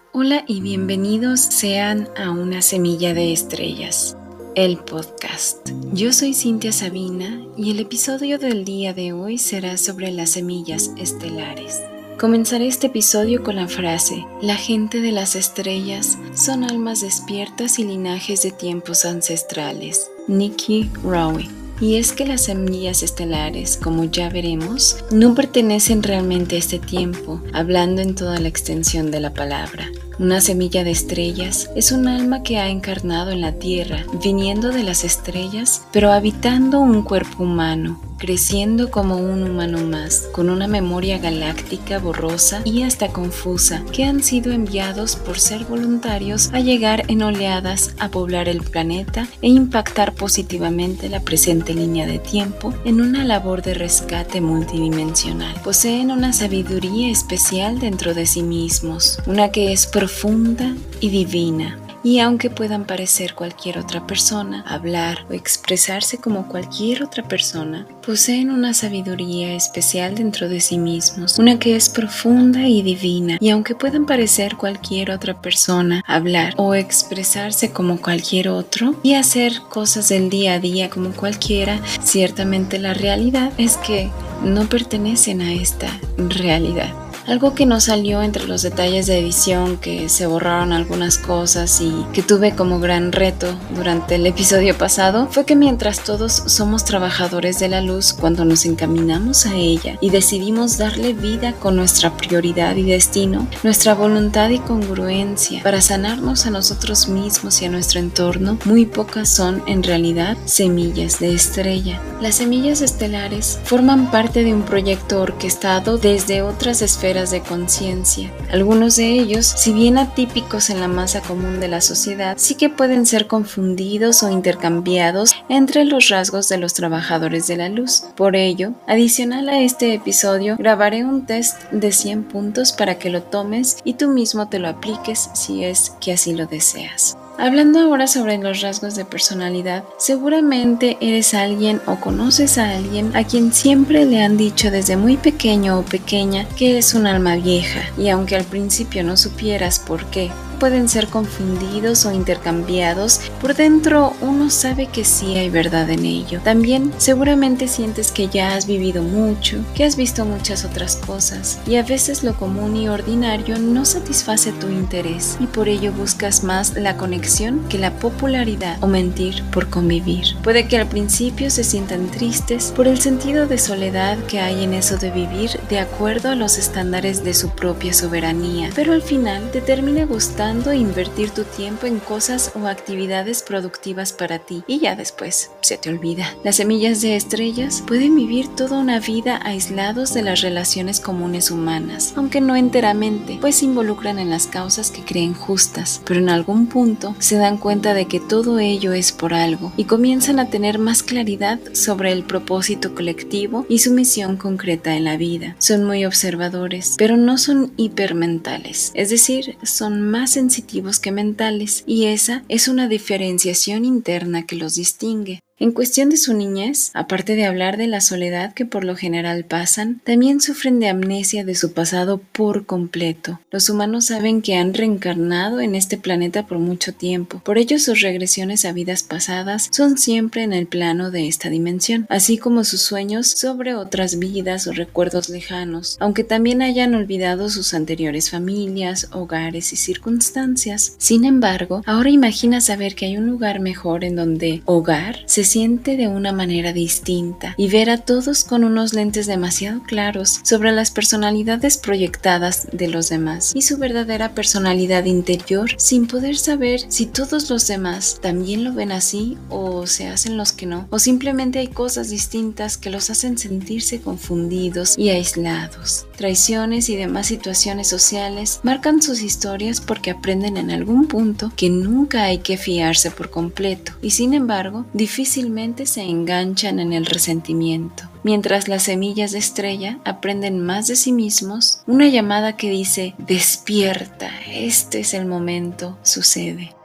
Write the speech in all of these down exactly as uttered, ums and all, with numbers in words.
Hola y bienvenidos sean a Una Semilla de Estrellas, el podcast. Yo soy Cintia Sabina y el episodio del día de hoy será sobre las semillas estelares. Comenzaré este episodio con la frase: la gente de las estrellas son almas despiertas y linajes de tiempos ancestrales. Nikki Rowe. Y es que las semillas estelares, como ya veremos, no pertenecen realmente a este tiempo, hablando en toda la extensión de la palabra. Una semilla de estrellas es un alma que ha encarnado en la Tierra, viniendo de las estrellas, pero habitando un cuerpo humano, creciendo como un humano más, con una memoria galáctica borrosa y hasta confusa, que han sido enviados por ser voluntarios a llegar en oleadas a poblar el planeta e impactar positivamente la presente línea de tiempo en una labor de rescate multidimensional. Poseen una sabiduría especial dentro de sí mismos, una que es profunda y divina. Y aunque puedan parecer cualquier otra persona, hablar o expresarse como cualquier otra persona, poseen una sabiduría especial dentro de sí mismos, una que es profunda y divina. Y aunque puedan parecer cualquier otra persona, hablar o expresarse como cualquier otro y hacer cosas del día a día como cualquiera, ciertamente la realidad es que no pertenecen a esta realidad. Algo que no salió entre los detalles de edición, que se borraron algunas cosas y que tuve como gran reto durante el episodio pasado, fue que mientras todos somos trabajadores de la luz, cuando nos encaminamos a ella y decidimos darle vida con nuestra prioridad y destino, nuestra voluntad y congruencia para sanarnos a nosotros mismos y a nuestro entorno, muy pocas son en realidad semillas de estrella. Las semillas estelares forman parte de un proyecto orquestado desde otras esferas de conciencia. Algunos de ellos, si bien atípicos en la masa común de la sociedad, sí que pueden ser confundidos o intercambiados entre los rasgos de los trabajadores de la luz. Por ello, adicional a este episodio, grabaré un test de cien puntos para que lo tomes y tú mismo te lo apliques si es que así lo deseas. Hablando ahora sobre los rasgos de personalidad, seguramente eres alguien o conoces a alguien a quien siempre le han dicho desde muy pequeño o pequeña que es un alma vieja, y aunque al principio no supieras por qué, pueden ser confundidos o intercambiados, por dentro uno sabe que sí hay verdad en ello. También seguramente sientes que ya has vivido mucho, que has visto muchas otras cosas, y a veces lo común y ordinario no satisface tu interés, y por ello buscas más la conexión que la popularidad o mentir por convivir. Puede que al principio se sientan tristes por el sentido de soledad que hay en eso de vivir de acuerdo a los estándares de su propia soberanía, pero al final te termina gustando invertir tu tiempo en cosas o actividades productivas para ti y ya después se te olvida. Las semillas de estrellas pueden vivir toda una vida aislados de las relaciones comunes humanas, aunque no enteramente, pues se involucran en las causas que creen justas, pero en algún punto se dan cuenta de que todo ello es por algo y comienzan a tener más claridad sobre el propósito colectivo y su misión concreta en la vida. Son muy observadores, pero no son hipermentales, es decir, son más sensitivos que mentales, y esa es una diferenciación interna que los distingue. En cuestión de su niñez, aparte de hablar de la soledad que por lo general pasan, también sufren de amnesia de su pasado por completo. Los humanos saben que han reencarnado en este planeta por mucho tiempo, por ello sus regresiones a vidas pasadas son siempre en el plano de esta dimensión, así como sus sueños sobre otras vidas o recuerdos lejanos, aunque también hayan olvidado sus anteriores familias, hogares y circunstancias. Sin embargo, ahora imagina saber que hay un lugar mejor en donde hogar se siente de una manera distinta y ver a todos con unos lentes demasiado claros sobre las personalidades proyectadas de los demás y su verdadera personalidad interior, sin poder saber si todos los demás también lo ven así o se hacen los que no, o simplemente hay cosas distintas que los hacen sentirse confundidos y aislados. Traiciones y demás situaciones sociales marcan sus historias porque aprenden en algún punto que nunca hay que fiarse por completo y sin embargo difícilmente se enganchan en el resentimiento. Mientras las semillas de estrella aprenden más de sí mismos, una llamada que dice: despierta, este es el momento, sucede.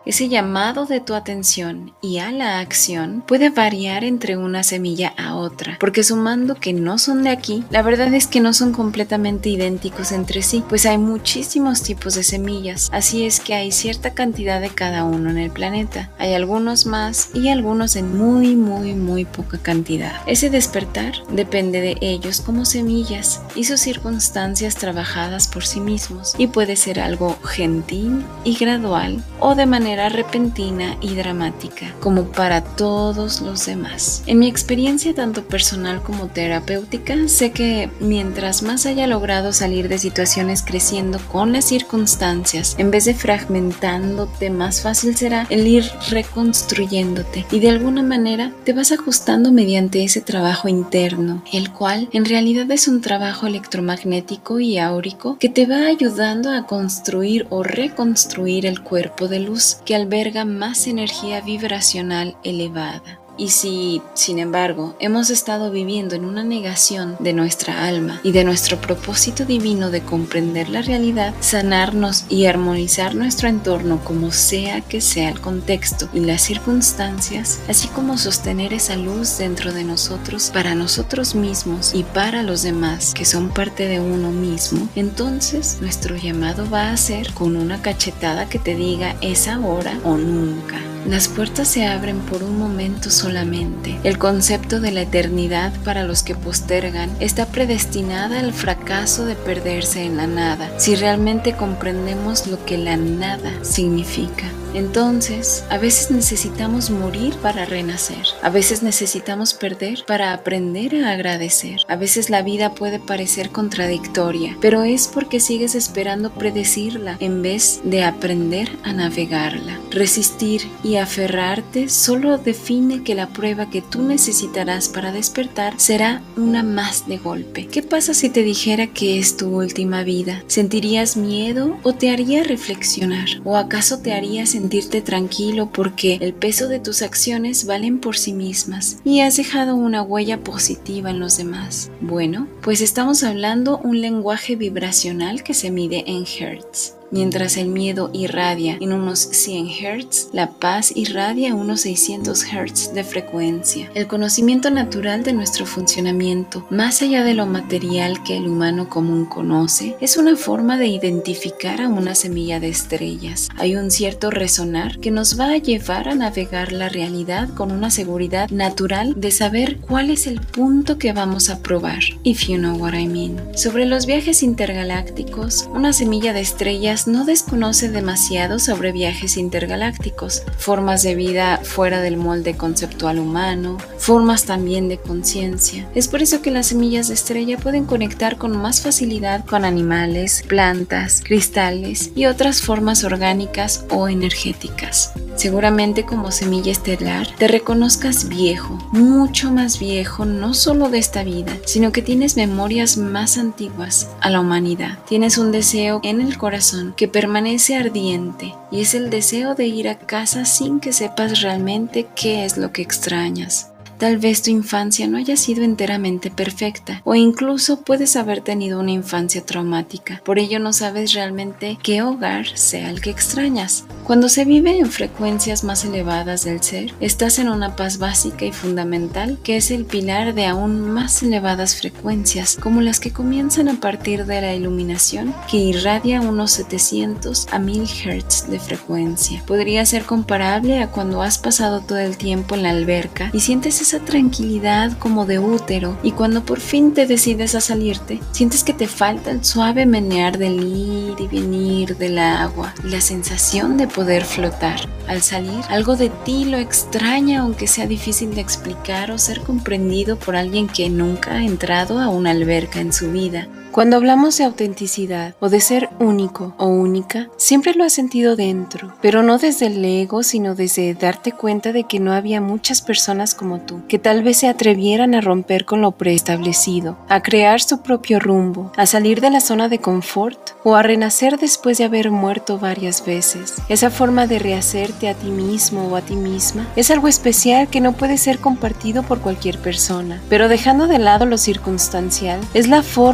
Ese llamado de tu atención y a la acción puede variar entre una semilla a otra, porque sumando que no son de aquí, la verdad es que no son completamente idénticos entre sí, pues hay muchísimos tipos de semillas, así es que hay cierta cantidad de cada uno en el planeta. Hay algunos más y algunos en muy muy muy poca cantidad. Ese despertar depende de ellos como semillas y sus circunstancias trabajadas por sí mismos, y puede ser algo gentil y gradual o de manera repentina y dramática, como para todos los demás. En mi experiencia tanto personal como terapéutica, sé que mientras más haya logrado salir de situaciones creciendo con las circunstancias, en vez de fragmentándote, más fácil será el ir reconstruyéndote, y de alguna manera te vas ajustando mediante ese trabajo interno, el cual en realidad es un trabajo electromagnético y áurico que te va ayudando a construir o reconstruir el cuerpo de luz que alberga más energía vibracional elevada. Y si, sin embargo, hemos estado viviendo en una negación de nuestra alma y de nuestro propósito divino de comprender la realidad, sanarnos y armonizar nuestro entorno como sea que sea el contexto y las circunstancias, así como sostener esa luz dentro de nosotros para nosotros mismos y para los demás que son parte de uno mismo, entonces nuestro llamado va a ser con una cachetada que te diga es ahora o nunca. Las puertas se abren por un momento solamente. El concepto de la eternidad para los que postergan está predestinada al fracaso de perderse en la nada, si realmente comprendemos lo que la nada significa. Entonces, a veces necesitamos morir para renacer, a veces necesitamos perder para aprender a agradecer. A veces la vida puede parecer contradictoria, pero es porque sigues esperando predecirla en vez de aprender a navegarla. Resistir y aferrarte solo define que la prueba que tú necesitarás para despertar será una más de golpe. ¿Qué pasa si te dijera que es tu última vida? ¿Sentirías miedo o te haría reflexionar? ¿O acaso te haría sentir sentirte tranquilo porque el peso de tus acciones valen por sí mismas y has dejado una huella positiva en los demás? Bueno, pues estamos hablando un lenguaje vibracional que se mide en hertz. Mientras el miedo irradia en unos cien hertz, la paz irradia en unos seiscientos hertz de frecuencia. El conocimiento natural de nuestro funcionamiento, más allá de lo material que el humano común conoce, es una forma de identificar a una semilla de estrellas. Hay un cierto resonar que nos va a llevar a navegar la realidad con una seguridad natural de saber cuál es el punto que vamos a probar. If you know what I mean. Sobre los viajes intergalácticos, una semilla de estrellas no desconoce demasiado sobre viajes intergalácticos, formas de vida fuera del molde conceptual humano, formas también de conciencia. Es por eso que las semillas de estrella pueden conectar con más facilidad con animales, plantas, cristales y otras formas orgánicas o energéticas. Seguramente como semilla estelar te reconozcas viejo, mucho más viejo, no solo de esta vida, sino que tienes memorias más antiguas a la humanidad. Tienes un deseo en el corazón que permanece ardiente y es el deseo de ir a casa sin que sepas realmente qué es lo que extrañas. Tal vez tu infancia no haya sido enteramente perfecta o incluso puedes haber tenido una infancia traumática. Por ello no sabes realmente qué hogar sea el que extrañas. Cuando se vive en frecuencias más elevadas del ser, estás en una paz básica y fundamental que es el pilar de aún más elevadas frecuencias, como las que comienzan a partir de la iluminación que irradia unos setecientos a mil hertz de frecuencia. Podría ser comparable a cuando has pasado todo el tiempo en la alberca y sientes esa tranquilidad como de útero, y cuando por fin te decides a salirte, sientes que te falta el suave menear del ir y venir del agua y la sensación de poder flotar. Al salir, algo de ti lo extraña, aunque sea difícil de explicar o ser comprendido por alguien que nunca ha entrado a una alberca en su vida. Cuando hablamos de autenticidad o de ser único o única, siempre lo has sentido dentro, pero no desde el ego, sino desde darte cuenta de que no había muchas personas como tú, que tal vez se atrevieran a romper con lo preestablecido, a crear su propio rumbo, a salir de la zona de confort o a renacer después de haber muerto varias veces. Esa forma de rehacerte a ti mismo o a ti misma es algo especial que no puede ser compartido por cualquier persona, pero dejando de lado lo circunstancial, es la forma en la que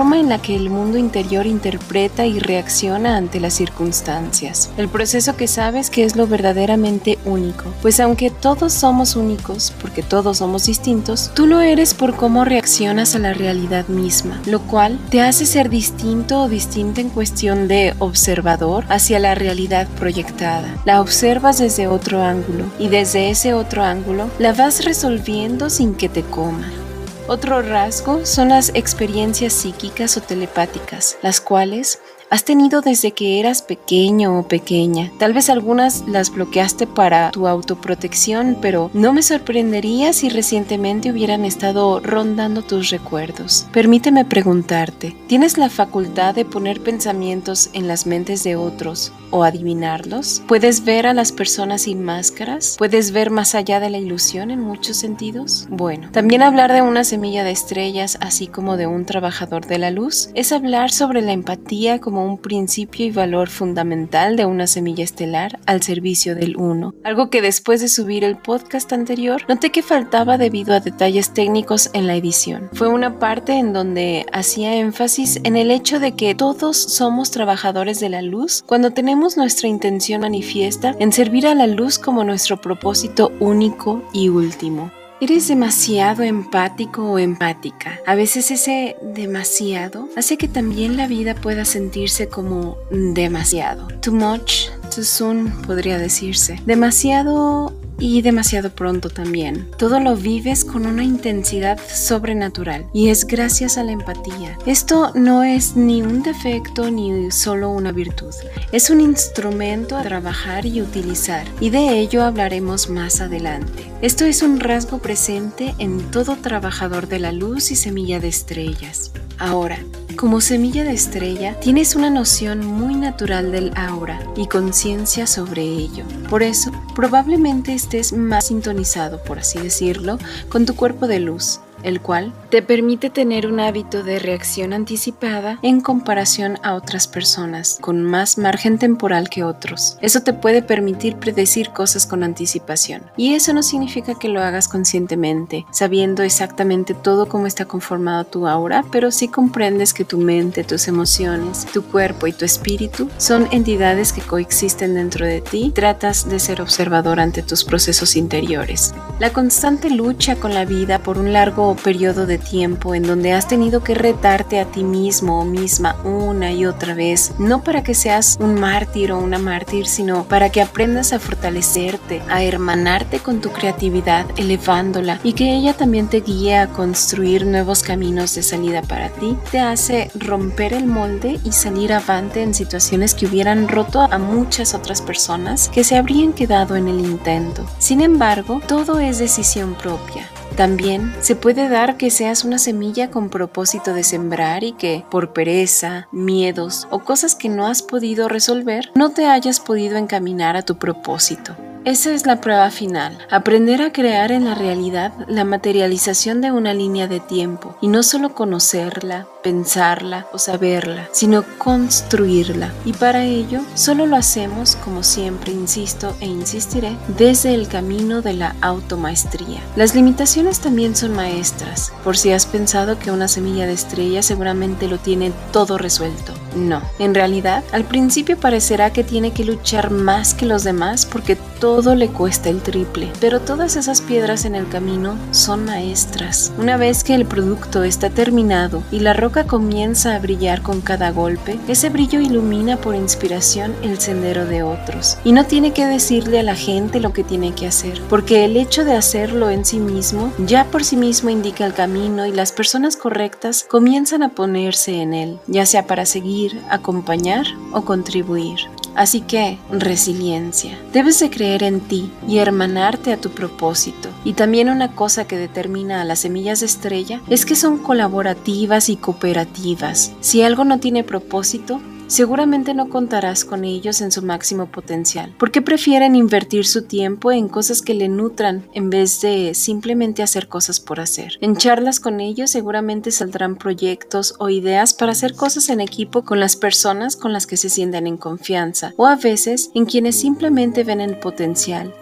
que el mundo interior interpreta y reacciona ante las circunstancias. El proceso que sabes que es lo verdaderamente único, pues aunque todos somos únicos, porque todos somos distintos, tú lo eres por cómo reaccionas a la realidad misma, lo cual te hace ser distinto o distinta en cuestión de observador hacia la realidad proyectada. La observas desde otro ángulo y desde ese otro ángulo la vas resolviendo sin que te coma. Otro rasgo son las experiencias psíquicas o telepáticas, las cuales has tenido desde que eras pequeño o pequeña. Tal vez algunas las bloqueaste para tu autoprotección, pero no me sorprendería si recientemente hubieran estado rondando tus recuerdos. Permíteme preguntarte, ¿tienes la facultad de poner pensamientos en las mentes de otros o adivinarlos? ¿Puedes ver a las personas sin máscaras? ¿Puedes ver más allá de la ilusión en muchos sentidos? Bueno, también hablar de una semilla de estrellas, así como de un trabajador de la luz, es hablar sobre la empatía como un principio y valor fundamental de una semilla estelar al servicio del uno. Algo que después de subir el podcast anterior, noté que faltaba debido a detalles técnicos en la edición. Fue una parte en donde hacía énfasis en el hecho de que todos somos trabajadores de la luz cuando tenemos nuestra intención manifiesta en servir a la luz como nuestro propósito único y último. Eres demasiado empático o empática. A veces ese demasiado hace que también la vida pueda sentirse como demasiado. Too much, too soon, podría decirse. Demasiado y demasiado pronto también. Todo lo vives con una intensidad sobrenatural y es gracias a la empatía. Esto no es ni un defecto ni solo una virtud. Es un instrumento a trabajar y utilizar, y de ello hablaremos más adelante. Esto es un rasgo presente en todo trabajador de la luz y semilla de estrellas. Ahora, como semilla de estrella, tienes una noción muy natural del aura y conciencia sobre ello. Por eso, probablemente estés más sintonizado, por así decirlo, con tu cuerpo de luz, el cual te permite tener un hábito de reacción anticipada en comparación a otras personas, con más margen temporal que otros. Eso te puede permitir predecir cosas con anticipación. Y eso no significa que lo hagas conscientemente, sabiendo exactamente todo cómo está conformado tu aura, pero sí comprendes que tu mente, tus emociones, tu cuerpo y tu espíritu son entidades que coexisten dentro de ti y tratas de ser observador ante tus procesos interiores. La constante lucha con la vida por un largo periodo de tiempo en donde has tenido que retarte a ti mismo o misma una y otra vez, no para que seas un mártir o una mártir, sino para que aprendas a fortalecerte, a hermanarte con tu creatividad, elevándola, y que ella también te guíe a construir nuevos caminos de salida para ti, te hace romper el molde y salir avante en situaciones que hubieran roto a muchas otras personas que se habrían quedado en el intento. Sin embargo, todo es decisión propia. También se puede dar que seas una semilla con propósito de sembrar y que, por pereza, miedos o cosas que no has podido resolver, no te hayas podido encaminar a tu propósito. Esa es la prueba final, aprender a crear en la realidad la materialización de una línea de tiempo, y no solo conocerla, pensarla o saberla, sino construirla. Y para ello, solo lo hacemos, como siempre insisto e insistiré, desde el camino de la automaestría. Las limitaciones también son maestras, por si has pensado que una semilla de estrella seguramente lo tiene todo resuelto. No, en realidad, al principio parecerá que tiene que luchar más que los demás porque todo le cuesta el triple, pero todas esas piedras en el camino son maestras. Una vez que el producto está terminado y la roca comienza a brillar con cada golpe, ese brillo ilumina por inspiración el sendero de otros. Y no tiene que decirle a la gente lo que tiene que hacer, porque el hecho de hacerlo en sí mismo, ya por sí mismo indica el camino y las personas correctas comienzan a ponerse en él, ya sea para seguir, acompañar o contribuir. Así que, resiliencia. Debes de creer en ti y hermanarte a tu propósito. Y también una cosa que determina a las semillas de estrella es que son colaborativas y cooperativas. Si algo no tiene propósito, seguramente no contarás con ellos en su máximo potencial, porque prefieren invertir su tiempo en cosas que le nutran en vez de simplemente hacer cosas por hacer. En charlas con ellos seguramente saldrán proyectos o ideas para hacer cosas en equipo con las personas con las que se sientan en confianza, o a veces en quienes simplemente ven el potencial,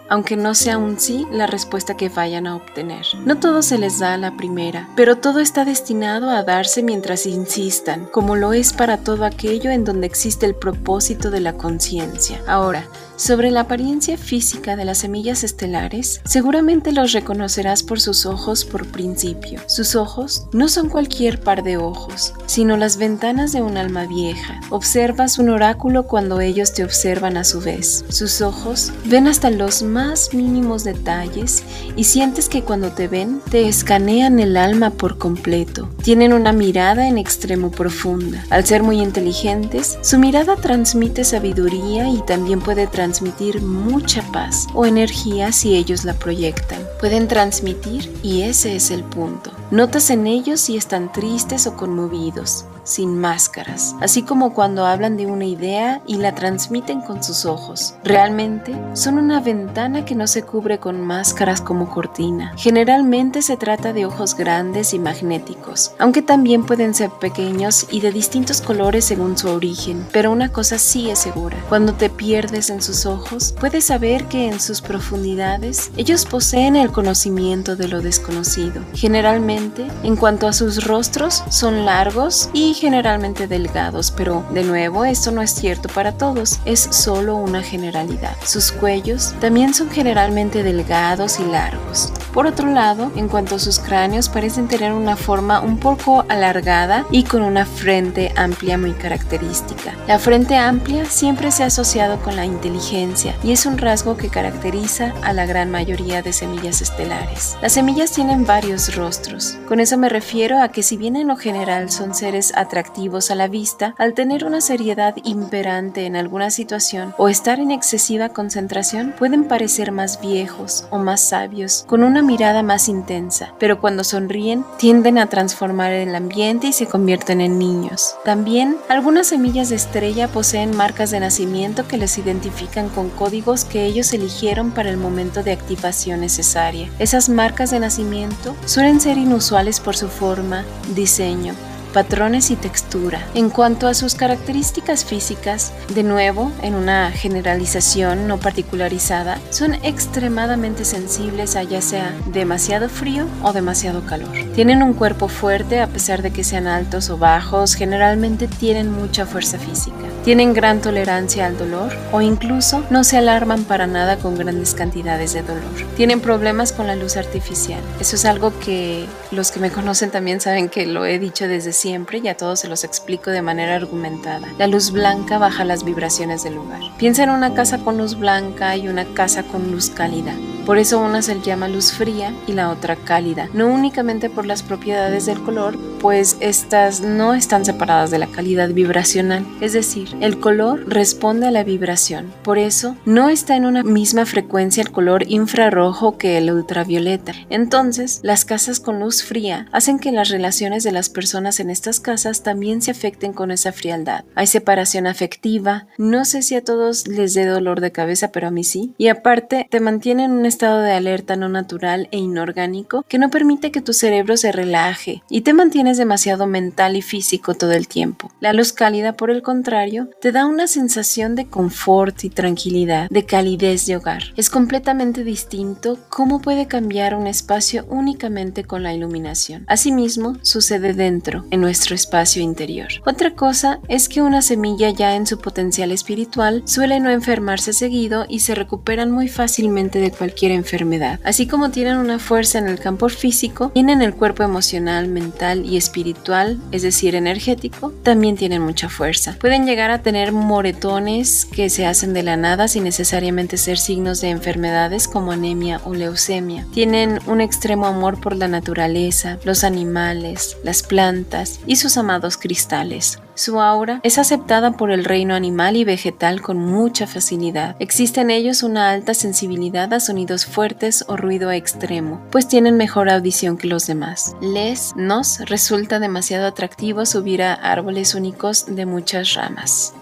aunque no sea un sí la respuesta que vayan a obtener. No todo se les da a la primera, pero todo está destinado a darse mientras insistan, como lo es para todo aquello en donde existe el propósito de la conciencia. Ahora, sobre la apariencia física de las semillas estelares, seguramente los reconocerás por sus ojos por principio. Sus ojos no son cualquier par de ojos, sino las ventanas de un alma vieja. Observas un oráculo cuando ellos te observan a su vez. Sus ojos ven hasta los más mínimos detalles y sientes que cuando te ven, te escanean el alma por completo. Tienen una mirada en extremo profunda. Al ser muy inteligentes, su mirada transmite sabiduría y también puede transmitir transmitir mucha paz o energía si ellos la proyectan. Pueden transmitir y ese es el punto. Notas en ellos si están tristes o conmovidos, sin máscaras, así como cuando hablan de una idea y la transmiten con sus ojos. Realmente son una ventana que no se cubre con máscaras como cortina. Generalmente se trata de ojos grandes y magnéticos, aunque también pueden ser pequeños y de distintos colores según su origen. Pero una cosa sí es segura: cuando te pierdes en sus ojos, puedes saber que en sus profundidades ellos poseen el conocimiento de lo desconocido. Generalmente, en cuanto a sus rostros, son largos y generalmente delgados, pero de nuevo esto no es cierto para todos, es solo una generalidad. Sus cuellos también son generalmente delgados y largos. Por otro lado, en cuanto a sus cráneos, parecen tener una forma un poco alargada y con una frente amplia muy característica. La frente amplia siempre se ha asociado con la inteligencia y es un rasgo que caracteriza a la gran mayoría de semillas estelares. Las semillas tienen varios rostros. Con eso me refiero a que si bien en lo general son seres atractivos a la vista, al tener una seriedad imperante en alguna situación o estar en excesiva concentración, pueden parecer más viejos o más sabios, con una mirada más intensa, pero cuando sonríen tienden a transformar el ambiente y se convierten en niños. También, algunas semillas de estrella poseen marcas de nacimiento que les identifican con códigos que ellos eligieron para el momento de activación necesaria. Esas marcas de nacimiento suelen ser inusuales por su forma, diseño, patrones y textura. En cuanto a sus características físicas, de nuevo, en una generalización no particularizada, son extremadamente sensibles a ya sea demasiado frío o demasiado calor. Tienen un cuerpo fuerte a pesar de que sean altos o bajos, generalmente tienen mucha fuerza física. Tienen gran tolerancia al dolor o incluso no se alarman para nada con grandes cantidades de dolor. Tienen problemas con la luz artificial. Eso es algo que los que me conocen también saben que lo he dicho desde siempre y a todos se los explico de manera argumentada. La luz blanca baja las vibraciones del lugar. Piensa en una casa con luz blanca y una casa con luz cálida. Por eso una se llama luz fría y la otra cálida, no únicamente por las propiedades del color, pues estas no están separadas de la calidad vibracional, es decir, el color responde a la vibración. Por eso no está en una misma frecuencia el color infrarrojo que el ultravioleta. Entonces, las casas con luz fría hacen que las relaciones de las personas en estas casas también se afecten con esa frialdad. Hay separación afectiva, no sé si a todos les dé dolor de cabeza, pero a mí sí, y aparte te mantiene en un estado de alerta no natural e inorgánico que no permite que tu cerebro se relaje y te mantienes demasiado mental y físico todo el tiempo. La luz cálida, por el contrario, te da una sensación de confort y tranquilidad, de calidez de hogar. Es completamente distinto cómo puede cambiar un espacio únicamente con la iluminación. Asimismo, sucede dentro, en nuestro espacio interior. Otra cosa es que una semilla ya en su potencial espiritual suele no enfermarse seguido y se recuperan muy fácilmente de cualquier enfermedad. Así como tienen una fuerza en el campo físico, tienen el cuerpo emocional, mental y espiritual, es decir, energético, también tienen mucha fuerza. Pueden llegar a tener moretones que se hacen de la nada sin necesariamente ser signos de enfermedades como anemia o leucemia. Tienen un extremo amor por la naturaleza, los animales, las plantas y sus amados cristales. Su aura es aceptada por el reino animal y vegetal con mucha facilidad. Existe en ellos una alta sensibilidad a sonidos fuertes o ruido extremo, pues tienen mejor audición que los demás. Les, nos resulta demasiado atractivo subir a árboles únicos de muchas ramas.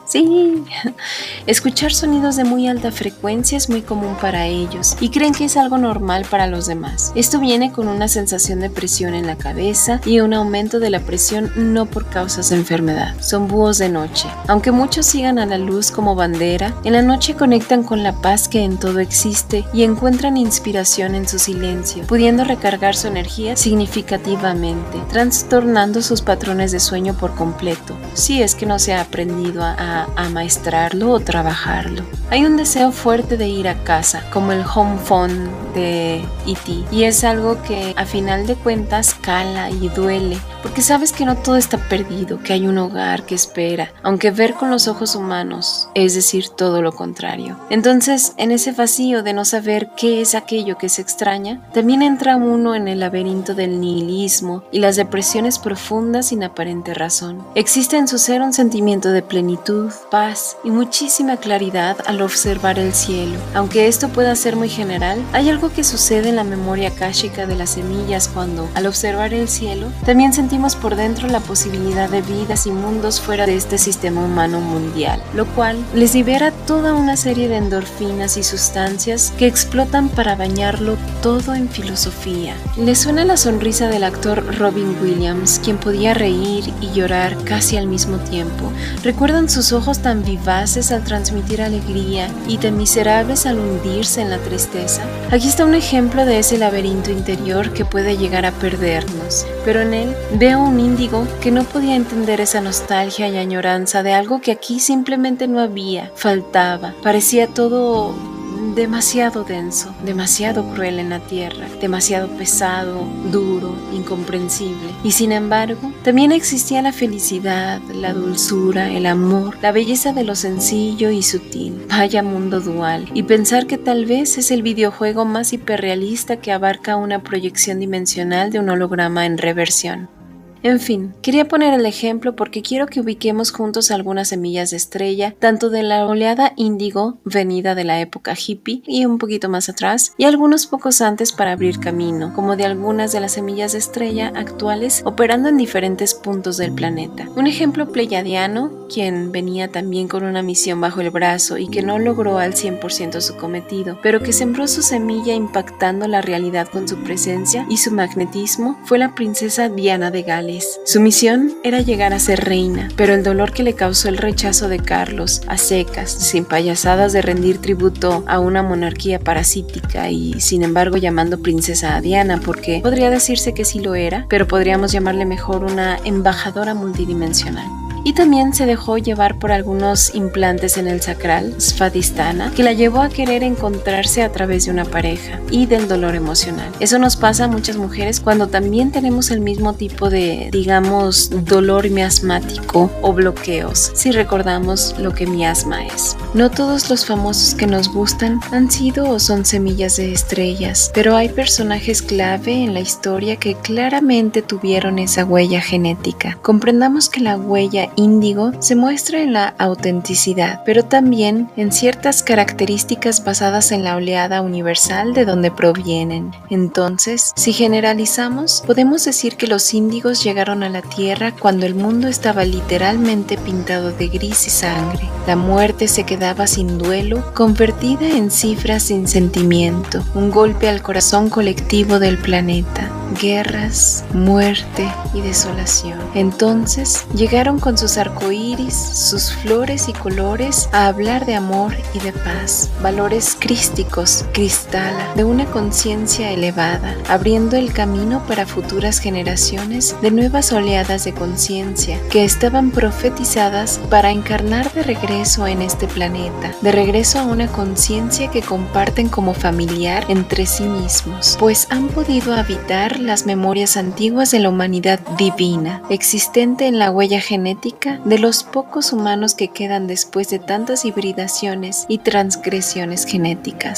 Sí, escuchar sonidos de muy alta frecuencia es muy común para ellos y creen que es algo normal para los demás. Esto viene con una sensación de presión en la cabeza y un aumento de la presión no por causas de enfermedad. Son búhos de noche. Aunque muchos sigan a la luz como bandera, en la noche conectan con la paz que en todo existe y encuentran inspiración en su silencio, pudiendo recargar su energía significativamente, trastornando sus patrones de sueño por completo, si es que no se ha aprendido a, a amaestrarlo o trabajarlo. Hay un deseo fuerte de ir a casa, como el home phone de E T, y es algo que a final de cuentas cala y duele, porque sabes que no todo está perdido, que hay un hogar que espera, aunque ver con los ojos humanos, es decir, todo lo contrario. Entonces, en ese vacío de no saber qué es aquello que se extraña, también entra uno en el laberinto del nihilismo y las depresiones profundas sin aparente razón. Existe en su ser un sentimiento de plenitud, paz y muchísima claridad al observar el cielo. Aunque esto pueda ser muy general, hay algo que sucede en la memoria akáshica de las semillas cuando, al observar el cielo, también sentimos por dentro la posibilidad de vidas y mundos fuera de este sistema humano mundial, lo cual les libera toda una serie de endorfinas y sustancias que explotan para bañarlo todo en filosofía. ¿Les suena la sonrisa del actor Robin Williams, quien podía reír y llorar casi al mismo tiempo? ¿Recuerdan sus ojos tan vivaces al transmitir alegría y tan miserables al hundirse en la tristeza? Aquí está un ejemplo de ese laberinto interior que puede llegar a perdernos, pero en él veo un índigo que no podía entender esa nostalgia y añoranza de algo que aquí simplemente no había, faltaba, parecía todo demasiado denso, demasiado cruel en la tierra, demasiado pesado, duro, incomprensible. Y sin embargo, también existía la felicidad, la dulzura, el amor, la belleza de lo sencillo y sutil. Vaya mundo dual. Y pensar que tal vez es el videojuego más hiperrealista que abarca una proyección dimensional de un holograma en reversión. En fin, quería poner el ejemplo porque quiero que ubiquemos juntos algunas semillas de estrella, tanto de la oleada índigo venida de la época hippie y un poquito más atrás, y algunos pocos antes para abrir camino, como de algunas de las semillas de estrella actuales operando en diferentes puntos del planeta. Un ejemplo pleyadiano, quien venía también con una misión bajo el brazo y que no logró al cien por ciento su cometido, pero que sembró su semilla impactando la realidad con su presencia y su magnetismo, fue la princesa Diana de Gales. Su misión era llegar a ser reina, pero el dolor que le causó el rechazo de Carlos, a secas, sin payasadas de rendir tributo a una monarquía parasítica y sin embargo llamando princesa a Diana, porque podría decirse que sí lo era, pero podríamos llamarle mejor una embajadora multidimensional. Y también se dejó llevar por algunos implantes en el sacral, Svadhisthana, que la llevó a querer encontrarse a través de una pareja y del dolor emocional. Eso nos pasa a muchas mujeres cuando también tenemos el mismo tipo de, digamos, dolor miasmático o bloqueos, si recordamos lo que miasma es. No todos los famosos que nos gustan han sido o son semillas de estrellas, pero hay personajes clave en la historia que claramente tuvieron esa huella genética. Comprendamos que la huella índigo se muestra en la autenticidad, pero también en ciertas características basadas en la oleada universal de donde provienen. Entonces, si generalizamos, podemos decir que los índigos llegaron a la Tierra cuando el mundo estaba literalmente pintado de gris y sangre. La muerte se quedaba sin duelo, convertida en cifras sin sentimiento, un golpe al corazón colectivo del planeta. Guerras, muerte y desolación. Entonces llegaron con sus arcoíris, sus flores y colores a hablar de amor y de paz, valores crísticos, cristala, de una conciencia elevada, abriendo el camino para futuras generaciones de nuevas oleadas de conciencia que estaban profetizadas para encarnar de regreso en este planeta, de regreso a una conciencia que comparten como familiar entre sí mismos, pues han podido habitar las memorias antiguas de la humanidad divina, existente en la huella genética de los pocos humanos que quedan después de tantas hibridaciones y transgresiones genéticas.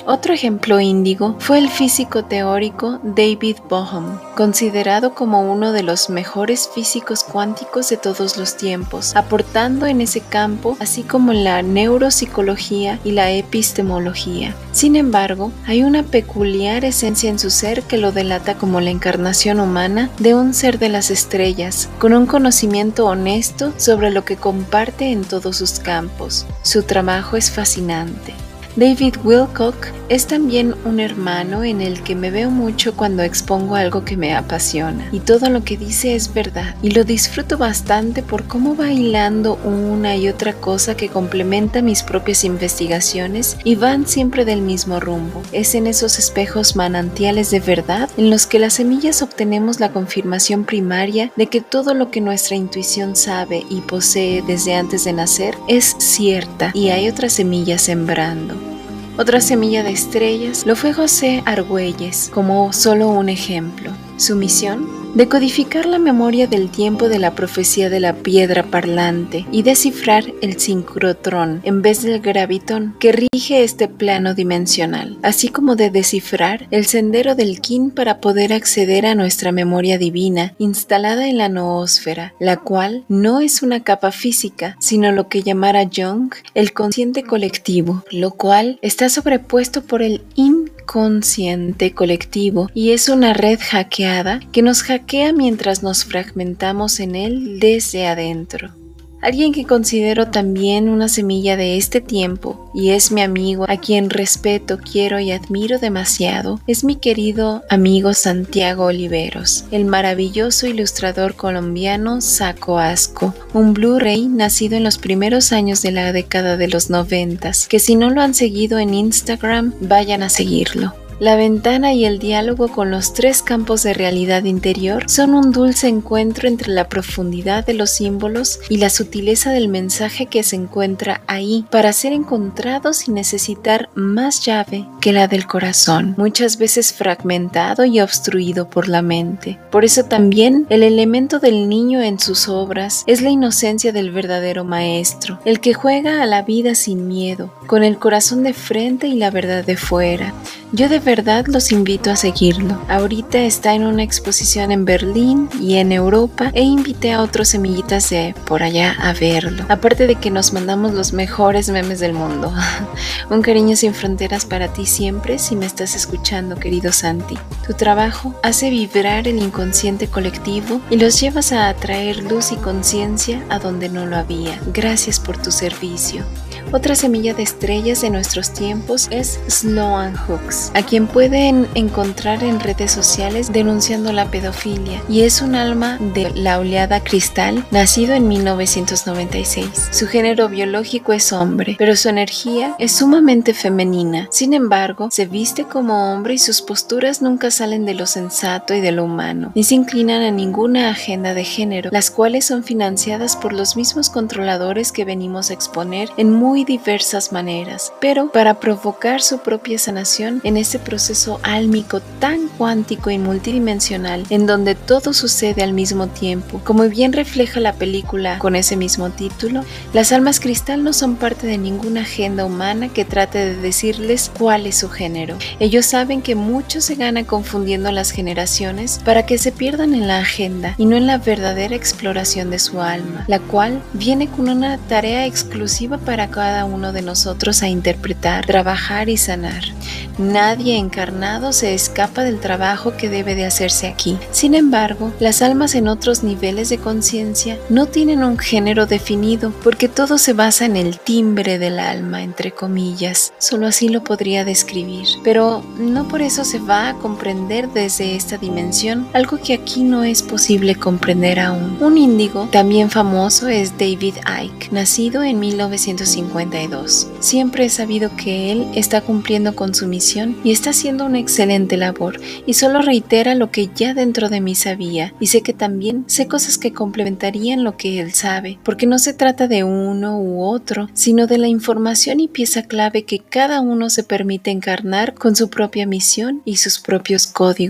Otro ejemplo índigo fue el físico teórico David Bohm, considerado como uno de los mejores físicos cuánticos de todos los tiempos, aportando en ese campo, así como en la neuropsicología y la epistemología. Sin embargo, hay una peculiar esencia en su ser que lo delata como la encarnación humana de un ser de las estrellas, con un conocimiento honesto sobre lo que comparte en todos sus campos. Su trabajo es fascinante. David Wilcock es también un hermano en el que me veo mucho cuando expongo algo que me apasiona, y todo lo que dice es verdad, y lo disfruto bastante por cómo va hilando una y otra cosa que complementa mis propias investigaciones y van siempre del mismo rumbo. Es en esos espejos manantiales de verdad en los que las semillas obtenemos la confirmación primaria de que todo lo que nuestra intuición sabe y posee desde antes de nacer es cierta, y hay otras semillas sembrando. Otra semilla de estrellas lo fue José Argüelles, como solo un ejemplo. Su misión: decodificar la memoria del tiempo de la profecía de la piedra parlante y descifrar el sincrotrón en vez del gravitón que rige este plano dimensional, así como de descifrar el sendero del kin para poder acceder a nuestra memoria divina instalada en la noósfera, la cual no es una capa física, sino lo que llamara Jung el consciente colectivo, lo cual está sobrepuesto por el inconsciente colectivo y es una red hackeada que nos hackea mientras nos fragmentamos en él desde adentro. Alguien que considero también una semilla de este tiempo y es mi amigo a quien respeto, quiero y admiro demasiado es mi querido amigo Santiago Oliveros, el maravilloso ilustrador colombiano Saco Asco, un Blu-ray nacido en los primeros años de la década de los noventas, que si no lo han seguido en Instagram, vayan a seguirlo. La ventana y el diálogo con los tres campos de realidad interior son un dulce encuentro entre la profundidad de los símbolos y la sutileza del mensaje que se encuentra ahí para ser encontrado sin necesitar más llave que la del corazón, muchas veces fragmentado y obstruido por la mente. Por eso también el elemento del niño en sus obras es la inocencia del verdadero maestro, el que juega a la vida sin miedo, con el corazón de frente y la verdad de fuera. Yo de verdad los invito a seguirlo. Ahorita está en una exposición en Berlín y en Europa e invité a otros semillitas de por allá a verlo. Aparte de que nos mandamos los mejores memes del mundo. Un cariño sin fronteras para ti siempre si me estás escuchando, querido Santi. Tu trabajo hace vibrar el inconsciente colectivo y los llevas a atraer luz y conciencia a donde no lo había. Gracias por tu servicio. Otra semilla de estrellas de nuestros tiempos es Sloan Hooks, a quien pueden encontrar en redes sociales denunciando la pedofilia, y es un alma de la oleada cristal, nacido en mil novecientos noventa y seis. Su género biológico es hombre, pero su energía es sumamente femenina. Sin embargo, se viste como hombre y sus posturas nunca salen de lo sensato y de lo humano, ni se inclinan a ninguna agenda de género, las cuales son financiadas por los mismos controladores que venimos a exponer en muy diversas maneras, pero para provocar su propia sanación en ese proceso álmico tan cuántico y multidimensional en donde todo sucede al mismo tiempo. Como bien refleja la película con ese mismo título, las almas cristal no son parte de ninguna agenda humana que trate de decirles cuál es su género. Ellos saben que mucho se gana confundiendo las generaciones para que se pierdan en la agenda y no en la verdadera exploración de su alma, la cual viene con una tarea exclusiva para cada uno de nosotros a interpretar, trabajar y sanar. Nadie encarnado se escapa del trabajo que debe de hacerse aquí. Sin embargo, las almas en otros niveles de conciencia no tienen un género definido, porque todo se basa en el timbre del alma, entre comillas. Solo así lo podría describir. Pero no por eso se va a comprender desde esta dimensión algo que aquí no es posible comprender aún. Un índigo también famoso es David Icke, nacido en mil novecientos cincuenta y dos. Siempre he sabido que él está cumpliendo con su misión y está haciendo una excelente labor, y solo reitera lo que ya dentro de mí sabía, y sé que también sé cosas que complementarían lo que él sabe, porque no se trata de uno u otro, sino de la información y pieza clave que cada uno se permite encarnar con su propia misión y sus propios códigos.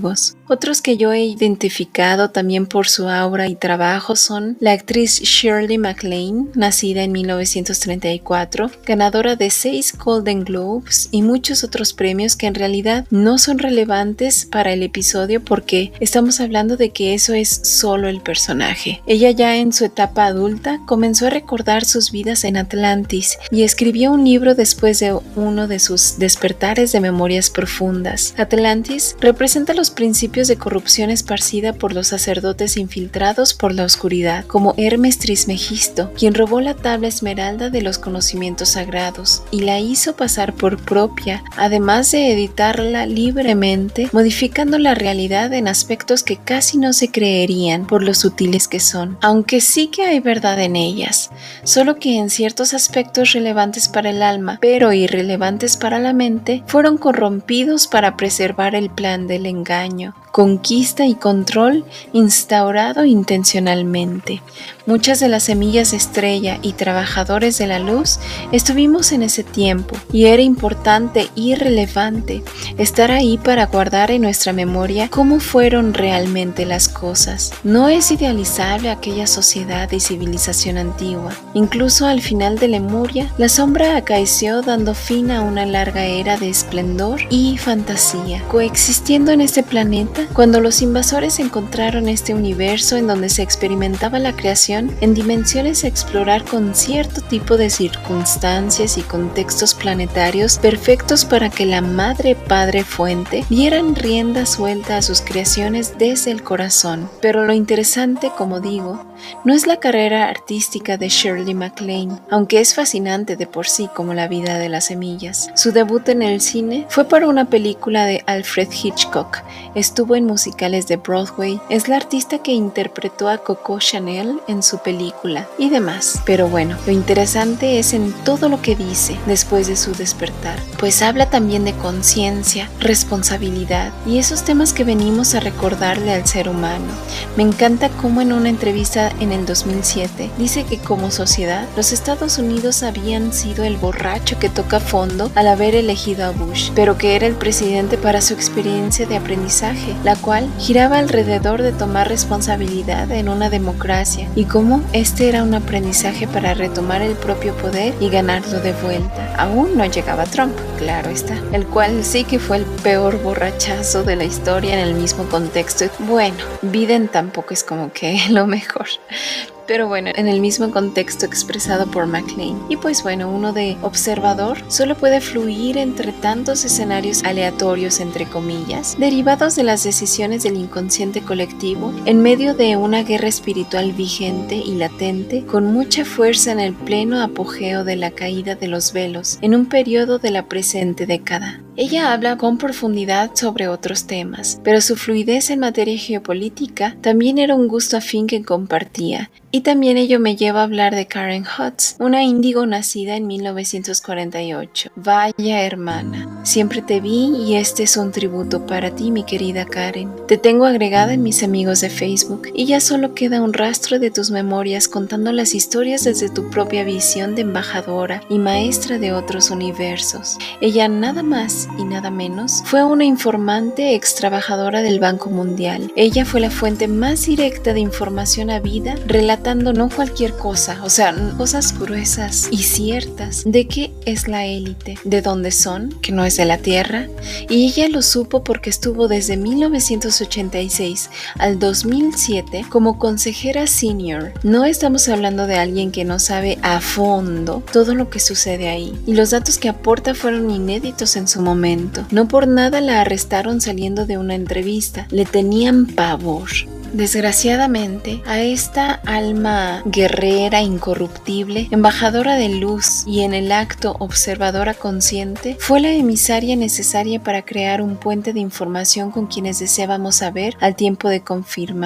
Otros que yo he identificado también por su aura y trabajo son la actriz Shirley MacLaine, nacida en mil novecientos treinta y cuatro, ganadora de seis Golden Globes y muchos otros premios que en realidad no son relevantes para el episodio porque estamos hablando de que eso es solo el personaje. Ella ya en su etapa adulta comenzó a recordar sus vidas en Atlantis y escribió un libro después de uno de sus despertares de memorias profundas. Atlantis representa los principios de corrupción esparcida por los sacerdotes infiltrados por la oscuridad, como Hermes Trismegisto, quien robó la tabla esmeralda de los conocimientos sagrados y la hizo pasar por propia, además de editarla libremente, modificando la realidad en aspectos que casi no se creerían por lo sutiles que son, aunque sí que hay verdad en ellas, solo que en ciertos aspectos relevantes para el alma, pero irrelevantes para la mente, fueron corrompidos para preservar el plan del engaño, conquista y control instaurado intencionalmente. Muchas de las semillas estrella y trabajadores de la luz estuvimos en ese tiempo y era importante y relevante estar ahí para guardar en nuestra memoria cómo fueron realmente las cosas. No es idealizable aquella sociedad y civilización antigua. Incluso al final de Lemuria, la sombra acaeció dando fin a una larga era de esplendor y fantasía, coexistiendo en este planeta. Cuando los invasores encontraron este universo en donde se experimentaba la creación en dimensiones a explorar con cierto tipo de circunstancias y contextos planetarios perfectos para que la Madre Padre Fuente dieran rienda suelta a sus creaciones desde el corazón. Pero lo interesante, como digo, no es la carrera artística de Shirley MacLaine, aunque es fascinante de por sí como la vida de las semillas. Su debut en el cine fue para una película de Alfred Hitchcock. Estuvo en musicales de Broadway, es la artista que interpretó a Coco Chanel en su película y demás. Pero bueno, lo interesante es en todo lo que dice después de su despertar, pues habla también de conciencia, responsabilidad y esos temas que venimos a recordarle al ser humano. Me encanta cómo en una entrevista en el dos mil siete dice que como sociedad los Estados Unidos habían sido el borracho que toca fondo al haber elegido a Bush, pero que era el presidente para su experiencia de aprendizaje, la cual giraba alrededor de tomar responsabilidad en una democracia y cómo este era un aprendizaje para retomar el propio poder y ganarlo de vuelta. Aún no llegaba Trump, claro está, el cual sí que fue el peor borrachazo de la historia en el mismo contexto. Bueno, Biden tampoco es como que lo mejor. Pero bueno, en el mismo contexto expresado por MacLaine. Y pues bueno, uno de observador solo puede fluir entre tantos escenarios aleatorios, entre comillas, derivados de las decisiones del inconsciente colectivo, en medio de una guerra espiritual vigente y latente, con mucha fuerza en el pleno apogeo de la caída de los velos, en un periodo de la presente década. Ella habla con profundidad sobre otros temas, pero su fluidez en materia geopolítica también era un gusto afín que compartía. Y también ello me lleva a hablar de Karen Hutz, una índigo nacida en mil novecientos cuarenta y ocho. Vaya hermana, siempre te vi y este es un tributo para ti, mi querida Karen. Te tengo agregada en mis amigos de Facebook y ya solo queda un rastro de tus memorias contando las historias desde tu propia visión de embajadora y maestra de otros universos. Ella nada más y nada menos fue una informante ex trabajadora del Banco Mundial. Ella fue la fuente más directa de información habida, relatando no cualquier cosa, o sea, cosas gruesas y ciertas de qué es la élite, de dónde son, que no es de la Tierra, y ella lo supo porque estuvo desde mil novecientos ochenta y seis al dos mil siete como consejera senior. No estamos hablando de alguien que no sabe a fondo todo lo que sucede ahí, y los datos que aporta fueron inéditos en su momento. No por nada la arrestaron saliendo de una entrevista, le tenían pavor. Desgraciadamente, a esta alma guerrera incorruptible, embajadora de luz y en el acto observadora consciente, fue la emisaria necesaria para crear un puente de información con quienes deseábamos saber al tiempo de confirmar.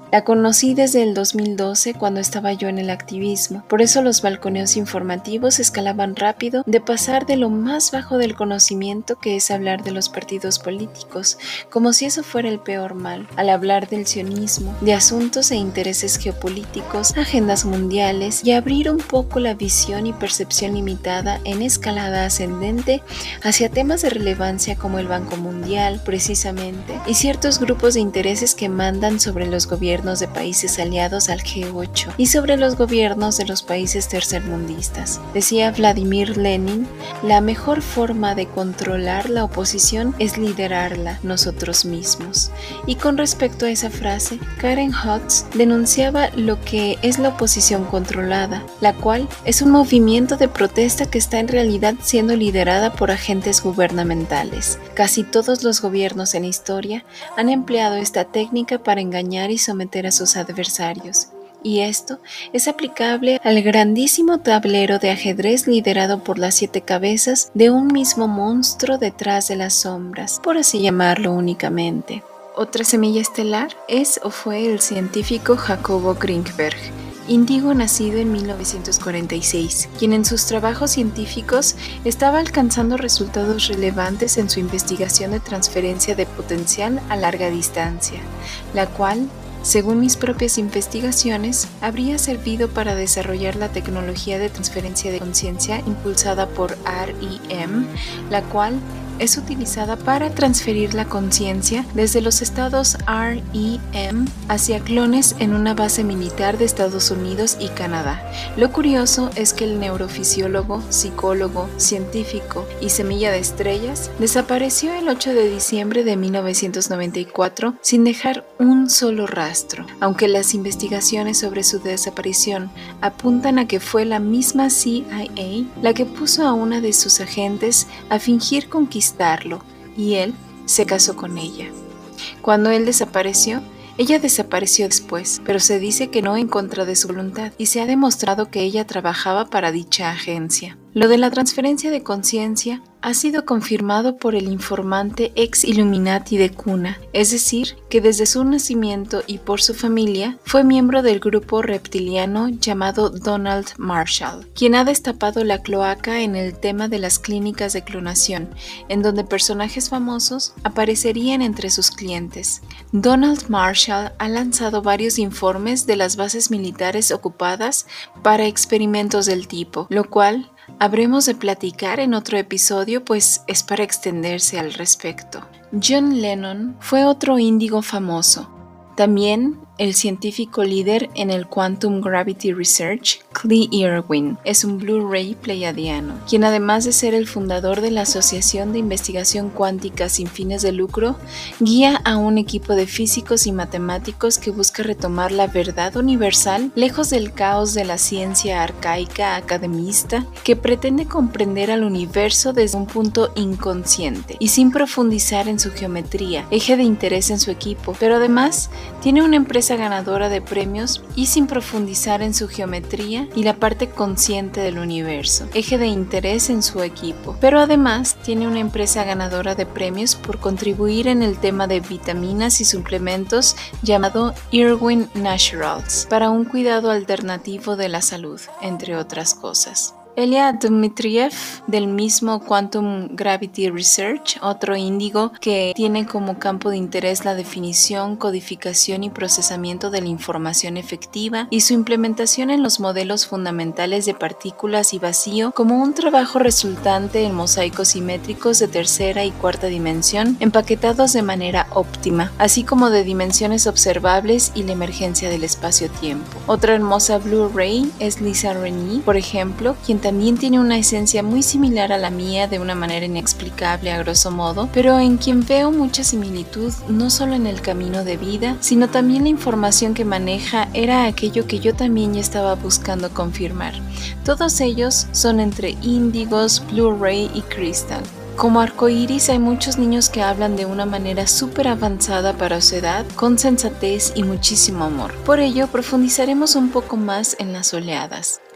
La conocí desde el dos mil doce cuando estaba yo en el activismo, por eso los balconeos informativos escalaban rápido de pasar de lo más bajo del conocimiento, que es hablar de los partidos políticos, como si eso fuera el peor mal, al hablar del sionismo, de asuntos e intereses geopolíticos, agendas mundiales y abrir un poco la visión y percepción limitada en escalada ascendente hacia temas de relevancia como el Banco Mundial, precisamente, y ciertos grupos de intereses que mandan sobre los gobiernos de países aliados al G ocho y sobre los gobiernos de los países tercermundistas. Decía Vladimir Lenin, la mejor forma de controlar la oposición es liderarla nosotros mismos. Y con respecto a esa frase, Karen Hotz denunciaba lo que es la oposición controlada, la cual es un movimiento de protesta que está en realidad siendo liderada por agentes gubernamentales. Casi todos los gobiernos en la historia han empleado esta técnica para engañar y someter a sus adversarios. Y esto es aplicable al grandísimo tablero de ajedrez liderado por las siete cabezas de un mismo monstruo detrás de las sombras, por así llamarlo únicamente. Otra semilla estelar es o fue el científico Jacobo Grinberg, índigo nacido en mil novecientos cuarenta y seis, quien en sus trabajos científicos estaba alcanzando resultados relevantes en su investigación de transferencia de potencial a larga distancia, la cual, según mis propias investigaciones, habría servido para desarrollar la tecnología de transferencia de conciencia impulsada por R E M, la cual es utilizada para transferir la conciencia desde los estados R E M hacia clones en una base militar de Estados Unidos y Canadá. Lo curioso es que el neurofisiólogo, psicólogo, científico y semilla de estrellas desapareció el ocho de diciembre de mil novecientos noventa y cuatro sin dejar un solo rastro, aunque las investigaciones sobre su desaparición apuntan a que fue la misma C I A la que puso a una de sus agentes a fingir conquistar darlo, y él se casó con ella. Cuando él desapareció, ella desapareció después, pero se dice que no en contra de su voluntad, y se ha demostrado que ella trabajaba para dicha agencia. Lo de la transferencia de conciencia ha sido confirmado por el informante ex Illuminati de cuna, es decir, que desde su nacimiento y por su familia fue miembro del grupo reptiliano llamado Donald Marshall, quien ha destapado la cloaca en el tema de las clínicas de clonación, en donde personajes famosos aparecerían entre sus clientes. Donald Marshall ha lanzado varios informes de las bases militares ocupadas para experimentos del tipo, lo cual habremos de platicar en otro episodio, pues es para extenderse al respecto. John Lennon fue otro índigo famoso. También el científico líder en el Quantum Gravity Research, Clee Irwin, es un Blu-ray pleiadiano, quien además de ser el fundador de la Asociación de Investigación Cuántica sin fines de lucro, guía a un equipo de físicos y matemáticos que busca retomar la verdad universal lejos del caos de la ciencia arcaica academista que pretende comprender al universo desde un punto inconsciente y sin profundizar en su geometría, eje de interés en su equipo, pero además tiene una empresa ganadora de premios y sin profundizar en su geometría y la parte consciente del universo, eje de interés en su equipo, pero además tiene una empresa ganadora de premios por contribuir en el tema de vitaminas y suplementos llamado Irwin Naturals para un cuidado alternativo de la salud, entre otras cosas. Elia Dmitriev, del mismo Quantum Gravity Research, otro índigo que tiene como campo de interés la definición, codificación y procesamiento de la información efectiva y su implementación en los modelos fundamentales de partículas y vacío como un trabajo resultante en mosaicos simétricos de tercera y cuarta dimensión empaquetados de manera óptima, así como de dimensiones observables y la emergencia del espacio-tiempo. Otra hermosa Blu-ray es Lisa Rennie, por ejemplo, quien también tiene una esencia muy similar a la mía de una manera inexplicable a grosso modo, pero en quien veo mucha similitud no solo en el camino de vida, sino también la información que maneja era aquello que yo también ya estaba buscando confirmar. Todos ellos son entre índigos, Blu-ray y Crystal. Como arcoíris hay muchos niños que hablan de una manera súper avanzada para su edad, con sensatez y muchísimo amor. Por ello profundizaremos un poco más en las oleadas.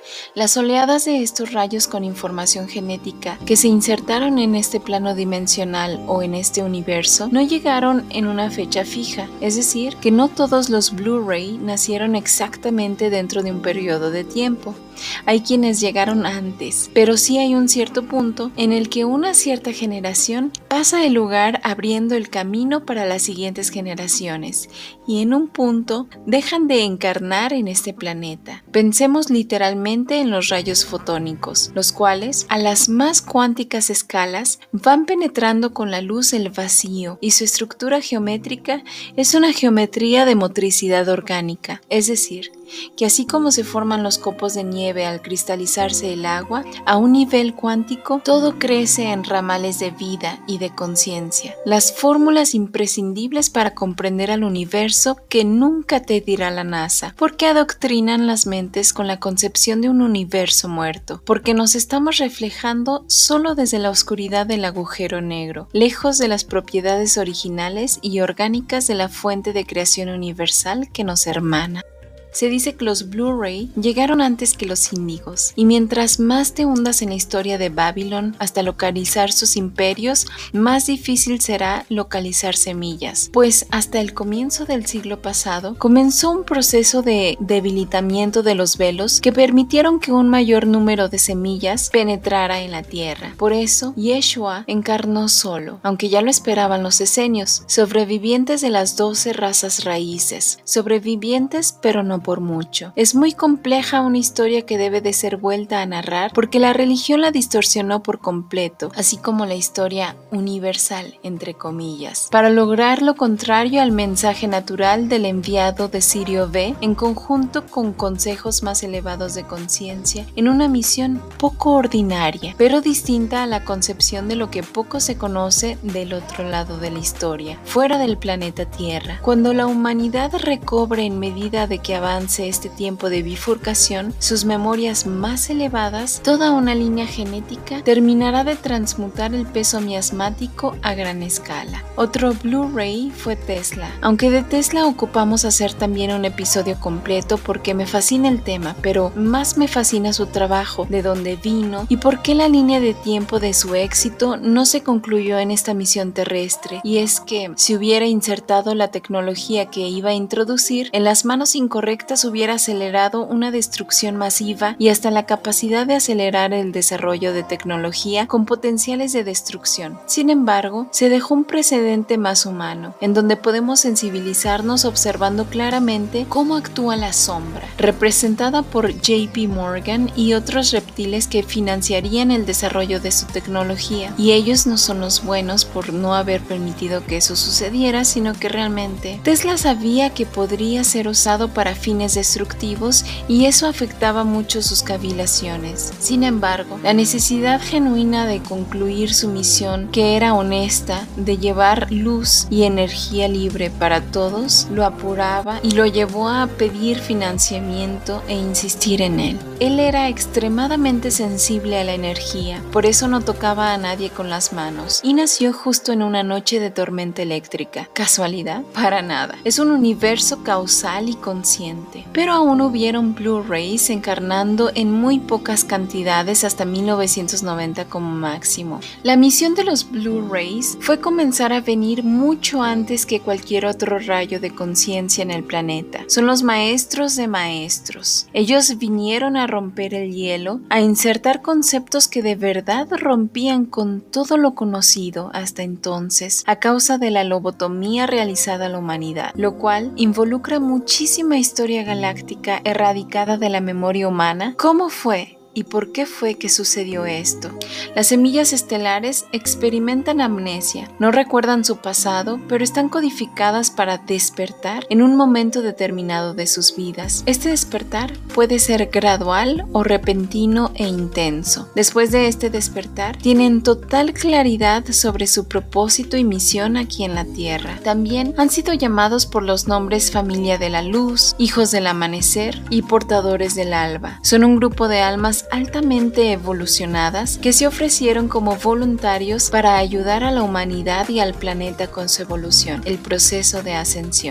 Las oleadas de estos rayos con información genética que se insertaron en este plano dimensional o en este universo no llegaron en una fecha fija, es decir, que no todos los Blu-ray nacieron exactamente dentro de un periodo de tiempo. Hay quienes llegaron antes, pero sí hay un cierto punto en el que una cierta generación pasa el lugar abriendo el camino para las siguientes generaciones y en un punto dejan de encarnar en este planeta. Pensemos literalmente en los rayos fotónicos, los cuales a las más cuánticas escalas van penetrando con la luz el vacío y su estructura geométrica es una geometría de motricidad orgánica, es decir, que así como se forman los copos de nieve al cristalizarse el agua, a un nivel cuántico todo crece en ramales de vida y de conciencia, las fórmulas imprescindibles para comprender al universo que nunca te dirá la NASA, porque adoctrinan las mentes con la concepción de un universo muerto, porque nos estamos reflejando solo desde la oscuridad del agujero negro, lejos de las propiedades originales y orgánicas de la fuente de creación universal que nos hermana. Se dice que los Blu-ray llegaron antes que los índigos, y mientras más te hundas en la historia de Babilón hasta localizar sus imperios, más difícil será localizar semillas, pues hasta el comienzo del siglo pasado comenzó un proceso de debilitamiento de los velos que permitieron que un mayor número de semillas penetrara en la tierra. Por eso, Yeshua encarnó solo, aunque ya lo esperaban los esenios, sobrevivientes de las doce razas raíces, sobrevivientes pero no por mucho. Es muy compleja una historia que debe de ser vuelta a narrar porque la religión la distorsionó por completo, así como la historia universal, entre comillas, para lograr lo contrario al mensaje natural del enviado de Sirio B en conjunto con consejos más elevados de conciencia en una misión poco ordinaria, pero distinta a la concepción de lo que poco se conoce del otro lado de la historia, fuera del planeta Tierra. Cuando la humanidad recobre en medida de que avance este tiempo de bifurcación sus memorias más elevadas, toda una línea genética terminará de transmutar el peso miasmático a gran escala. Otro Blu-ray fue Tesla, aunque de Tesla ocupamos hacer también un episodio completo porque me fascina el tema, pero más me fascina su trabajo, de dónde vino y por qué la línea de tiempo de su éxito no se concluyó en esta misión terrestre, y es que si hubiera insertado la tecnología que iba a introducir en las manos incorrectas hubiera acelerado una destrucción masiva y hasta la capacidad de acelerar el desarrollo de tecnología con potenciales de destrucción. Sin embargo, se dejó un precedente más humano, en donde podemos sensibilizarnos observando claramente cómo actúa la sombra, representada por J P Morgan y otros reptiles que financiarían el desarrollo de su tecnología, y ellos no son los buenos por no haber permitido que eso sucediera, sino que realmente Tesla sabía que podría ser usado para fines destructivos y eso afectaba mucho sus cavilaciones. Sin embargo, la necesidad genuina de concluir su misión, que era honesta, de llevar luz y energía libre para todos, lo apuraba y lo llevó a pedir financiamiento e insistir en él. Él era extremadamente sensible a la energía, por eso no tocaba a nadie con las manos, y nació justo en una noche de tormenta eléctrica. ¿Casualidad? Para nada. Es un universo causal y consciente. Pero aún hubieron Blu-rays encarnando en muy pocas cantidades hasta mil novecientos noventa como máximo. La misión de los Blu-rays fue comenzar a venir mucho antes que cualquier otro rayo de conciencia en el planeta. Son los maestros de maestros. Ellos vinieron a romper el hielo, a insertar conceptos que de verdad rompían con todo lo conocido hasta entonces a causa de la lobotomía realizada a la humanidad, lo cual involucra muchísima historia galáctica erradicada de la memoria humana. ¿Cómo fue? ¿Y por qué fue que sucedió esto? Las semillas estelares experimentan amnesia, no recuerdan su pasado, pero están codificadas para despertar en un momento determinado de sus vidas. Este despertar puede ser gradual o repentino e intenso. Después de este despertar, tienen total claridad sobre su propósito y misión aquí en la Tierra. También han sido llamados por los nombres familia de la luz, hijos del amanecer y portadores del alba. Son un grupo de almas altamente evolucionadas que se ofrecieron como voluntarios para ayudar a la humanidad y al planeta con su evolución, el proceso de ascensión.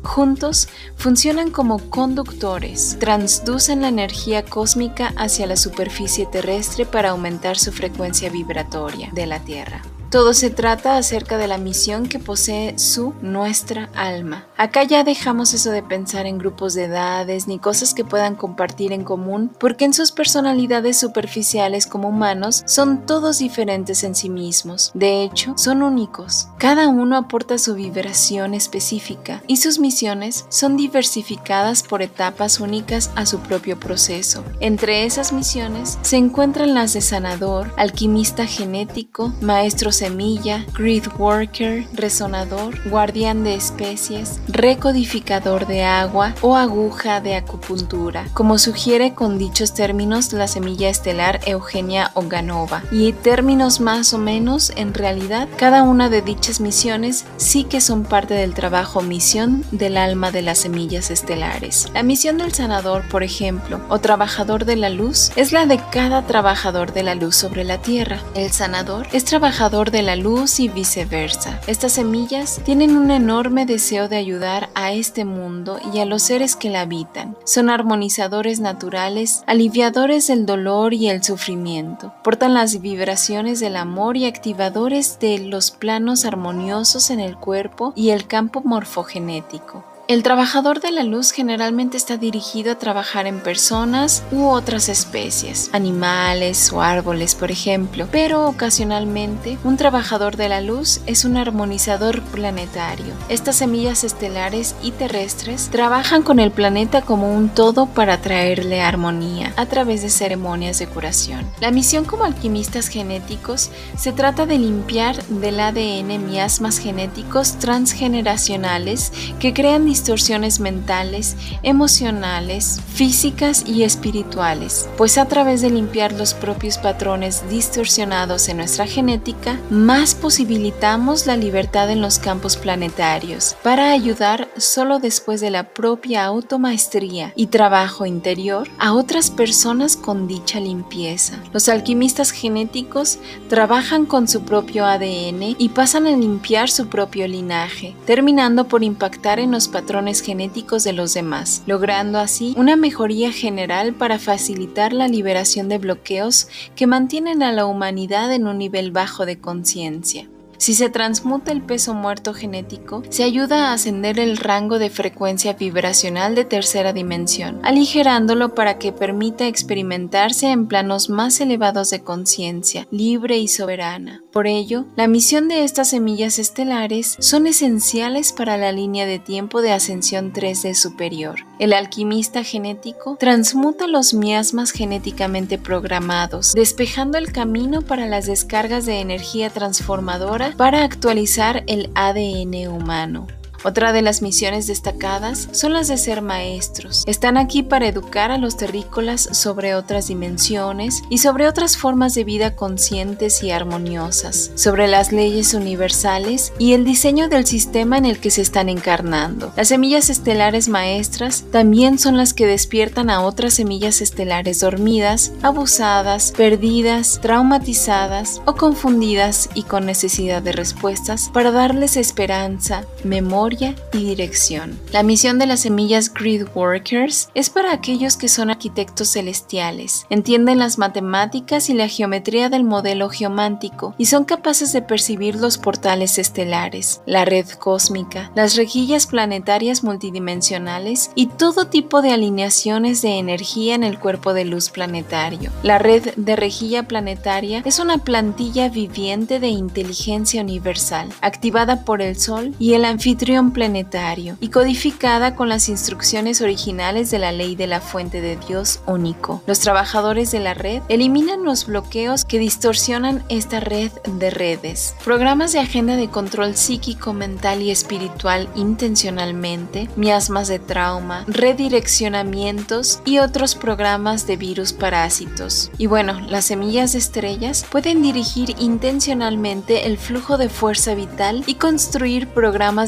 Juntos, funcionan como conductores, transducen la energía cósmica hacia la superficie terrestre para aumentar su frecuencia vibratoria de la Tierra. Todo se trata acerca de la misión que posee su, nuestra alma. Acá ya dejamos eso de pensar en grupos de edades ni cosas que puedan compartir en común, porque en sus personalidades superficiales como humanos son todos diferentes en sí mismos. De hecho, son únicos. Cada uno aporta su vibración específica y sus misiones son diversificadas por etapas únicas a su propio proceso. Entre esas misiones se encuentran las de sanador, alquimista genético, maestro semilla, grid worker, resonador, guardián de especies, recodificador de agua o aguja de acupuntura, como sugiere con dichos términos la semilla estelar Eugenia Oganova. Y términos más o menos, en realidad, cada una de dichas misiones sí que son parte del trabajo misión del alma de las semillas estelares. La misión del sanador, por ejemplo, o trabajador de la luz, es la de cada trabajador de la luz sobre la Tierra. El sanador es trabajador de la luz y viceversa. Estas semillas tienen un enorme deseo de ayudar a este mundo y a los seres que la habitan. Son armonizadores naturales, aliviadores del dolor y el sufrimiento. Portan las vibraciones del amor y activadores de los planos armoniosos en el cuerpo y el campo morfogenético. El trabajador de la luz generalmente está dirigido a trabajar en personas u otras especies, animales o árboles, por ejemplo, pero ocasionalmente un trabajador de la luz es un armonizador planetario. Estas semillas estelares y terrestres trabajan con el planeta como un todo para traerle armonía a través de ceremonias de curación. La misión como alquimistas genéticos se trata de limpiar del A D N miasmas genéticos transgeneracionales que crean distorsiones mentales, emocionales, físicas y espirituales, pues a través de limpiar los propios patrones distorsionados en nuestra genética, más posibilitamos la libertad en los campos planetarios, para ayudar solo después de la propia automaestría y trabajo interior a otras personas con dicha limpieza. Los alquimistas genéticos trabajan con su propio A D N y pasan a limpiar su propio linaje, terminando por impactar en los patrones genéticos de los demás, logrando así una mejoría general para facilitar la liberación de bloqueos que mantienen a la humanidad en un nivel bajo de conciencia. Si se transmuta el peso muerto genético, se ayuda a ascender el rango de frecuencia vibracional de tercera dimensión, aligerándolo para que permita experimentarse en planos más elevados de conciencia, libre y soberana. Por ello, la misión de estas semillas estelares son esenciales para la línea de tiempo de ascensión tres D superior. El alquimista genético transmuta los miasmas genéticamente programados, despejando el camino para las descargas de energía transformadora para actualizar el A D N humano. Otra de las misiones destacadas son las de ser maestros. Están aquí para educar a los terrícolas sobre otras dimensiones y sobre otras formas de vida conscientes y armoniosas, sobre las leyes universales y el diseño del sistema en el que se están encarnando. Las semillas estelares maestras también son las que despiertan a otras semillas estelares dormidas, abusadas, perdidas, traumatizadas o confundidas y con necesidad de respuestas para darles esperanza, memoria y dirección. La misión de las semillas Grid Workers es para aquellos que son arquitectos celestiales, entienden las matemáticas y la geometría del modelo geomántico y son capaces de percibir los portales estelares, la red cósmica, las rejillas planetarias multidimensionales y todo tipo de alineaciones de energía en el cuerpo de luz planetario. La red de rejilla planetaria es una plantilla viviente de inteligencia universal, activada por el Sol y el anfitrión planetario y codificada con las instrucciones originales de la ley de la fuente de Dios único. Los trabajadores de la red eliminan los bloqueos que distorsionan esta red de redes. Programas de agenda de control psíquico, mental y espiritual intencionalmente, miasmas de trauma, redireccionamientos y otros programas de virus parásitos. Y bueno, las semillas de estrellas pueden dirigir intencionalmente el flujo de fuerza vital y construir programas de plantilla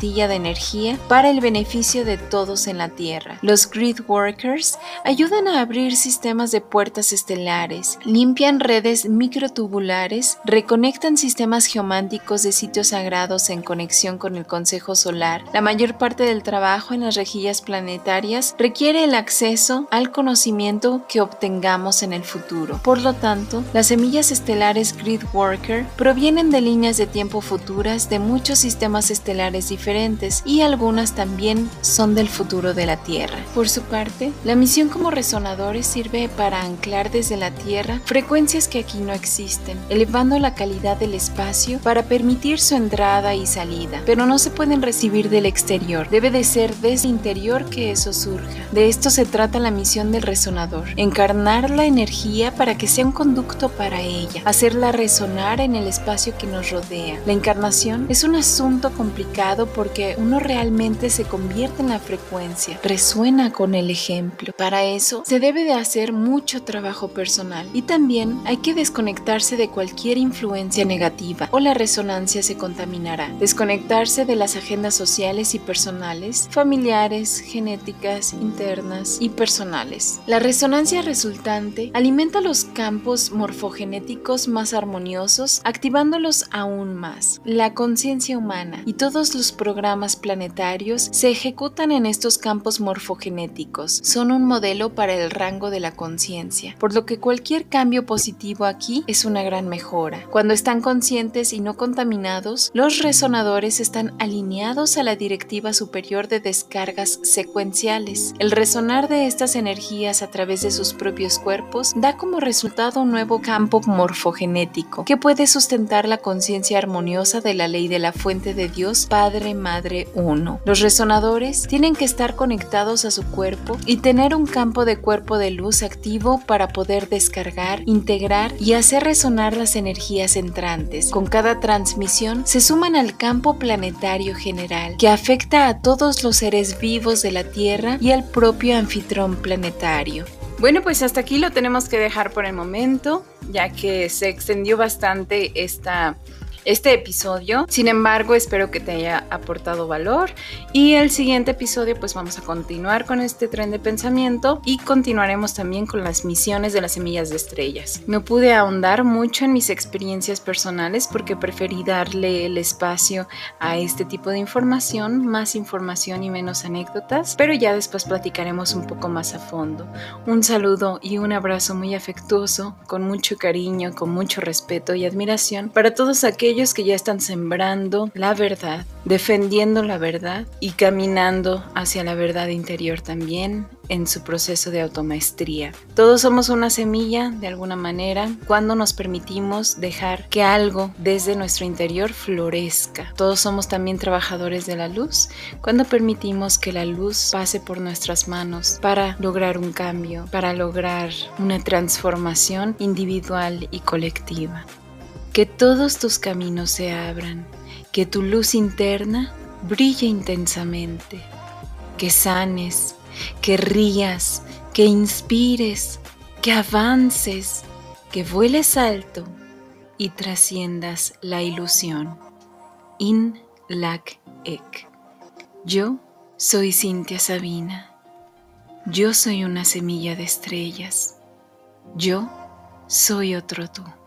plantilla de energía para el beneficio de todos en la Tierra. Los Grid Workers ayudan a abrir sistemas de puertas estelares, limpian redes microtubulares, reconectan sistemas geománticos de sitios sagrados en conexión con el Consejo Solar. La mayor parte del trabajo en las rejillas planetarias requiere el acceso al conocimiento que obtengamos en el futuro. Por lo tanto, las semillas estelares Grid Worker provienen de líneas de tiempo futuras de muchos sistemas estelares diferentes y algunas también son del futuro de la Tierra. Por su parte, la misión como resonadores sirve para anclar desde la Tierra frecuencias que aquí no existen, elevando la calidad del espacio para permitir su entrada y salida, pero no se pueden recibir del exterior, debe de ser desde el interior que eso surja. De esto se trata la misión del resonador, encarnar la energía para que sea un conducto para ella, hacerla resonar en el espacio que nos rodea. La encarnación es un asunto complicado porque uno realmente se convierte en la frecuencia, resuena con el ejemplo. Para eso se debe de hacer mucho trabajo personal y también hay que desconectarse de cualquier influencia negativa o la resonancia se contaminará. Desconectarse de las agendas sociales y personales, familiares, genéticas, internas y personales. La resonancia resultante alimenta los campos morfogenéticos más armoniosos, activándolos aún más. La conciencia humana y todos los programas planetarios se ejecutan en estos campos morfogenéticos. Son un modelo para el rango de la conciencia, por lo que cualquier cambio positivo aquí es una gran mejora. Cuando están conscientes y no contaminados, los resonadores están alineados a la directiva superior de descargas secuenciales. El resonar de estas energías a través de sus propios cuerpos da como resultado un nuevo campo morfogenético que puede sustentar la conciencia armoniosa de la ley de la fuente de Dios Padre Madre Uno. Los resonadores tienen que estar conectados a su cuerpo y tener un campo de cuerpo de luz activo para poder descargar, integrar y hacer resonar las energías entrantes. Con cada transmisión se suman al campo planetario general que afecta a todos los seres vivos de la Tierra y al propio anfitrión planetario. Bueno, pues hasta aquí lo tenemos que dejar por el momento, ya que se extendió bastante esta este episodio. Sin embargo, espero que te haya aportado valor y el siguiente episodio pues vamos a continuar con este tren de pensamiento y continuaremos también con las misiones de las semillas de estrellas. No pude ahondar mucho en mis experiencias personales porque preferí darle el espacio a este tipo de información, más información y menos anécdotas, pero ya después platicaremos un poco más a fondo. Un saludo y un abrazo muy afectuoso, con mucho cariño, con mucho respeto y admiración para todos aquellos que ya están sembrando la verdad, defendiendo la verdad y caminando hacia la verdad interior también en su proceso de automaestría. Todos somos una semilla de alguna manera cuando nos permitimos dejar que algo desde nuestro interior florezca. Todos somos también trabajadores de la luz cuando permitimos que la luz pase por nuestras manos para lograr un cambio, para lograr una transformación individual y colectiva. Que todos tus caminos se abran, que tu luz interna brille intensamente, que sanes, que rías, que inspires, que avances, que vueles alto y trasciendas la ilusión. In Lac Ek. Yo soy Cintia Sabina. Yo soy una semilla de estrellas. Yo soy otro tú.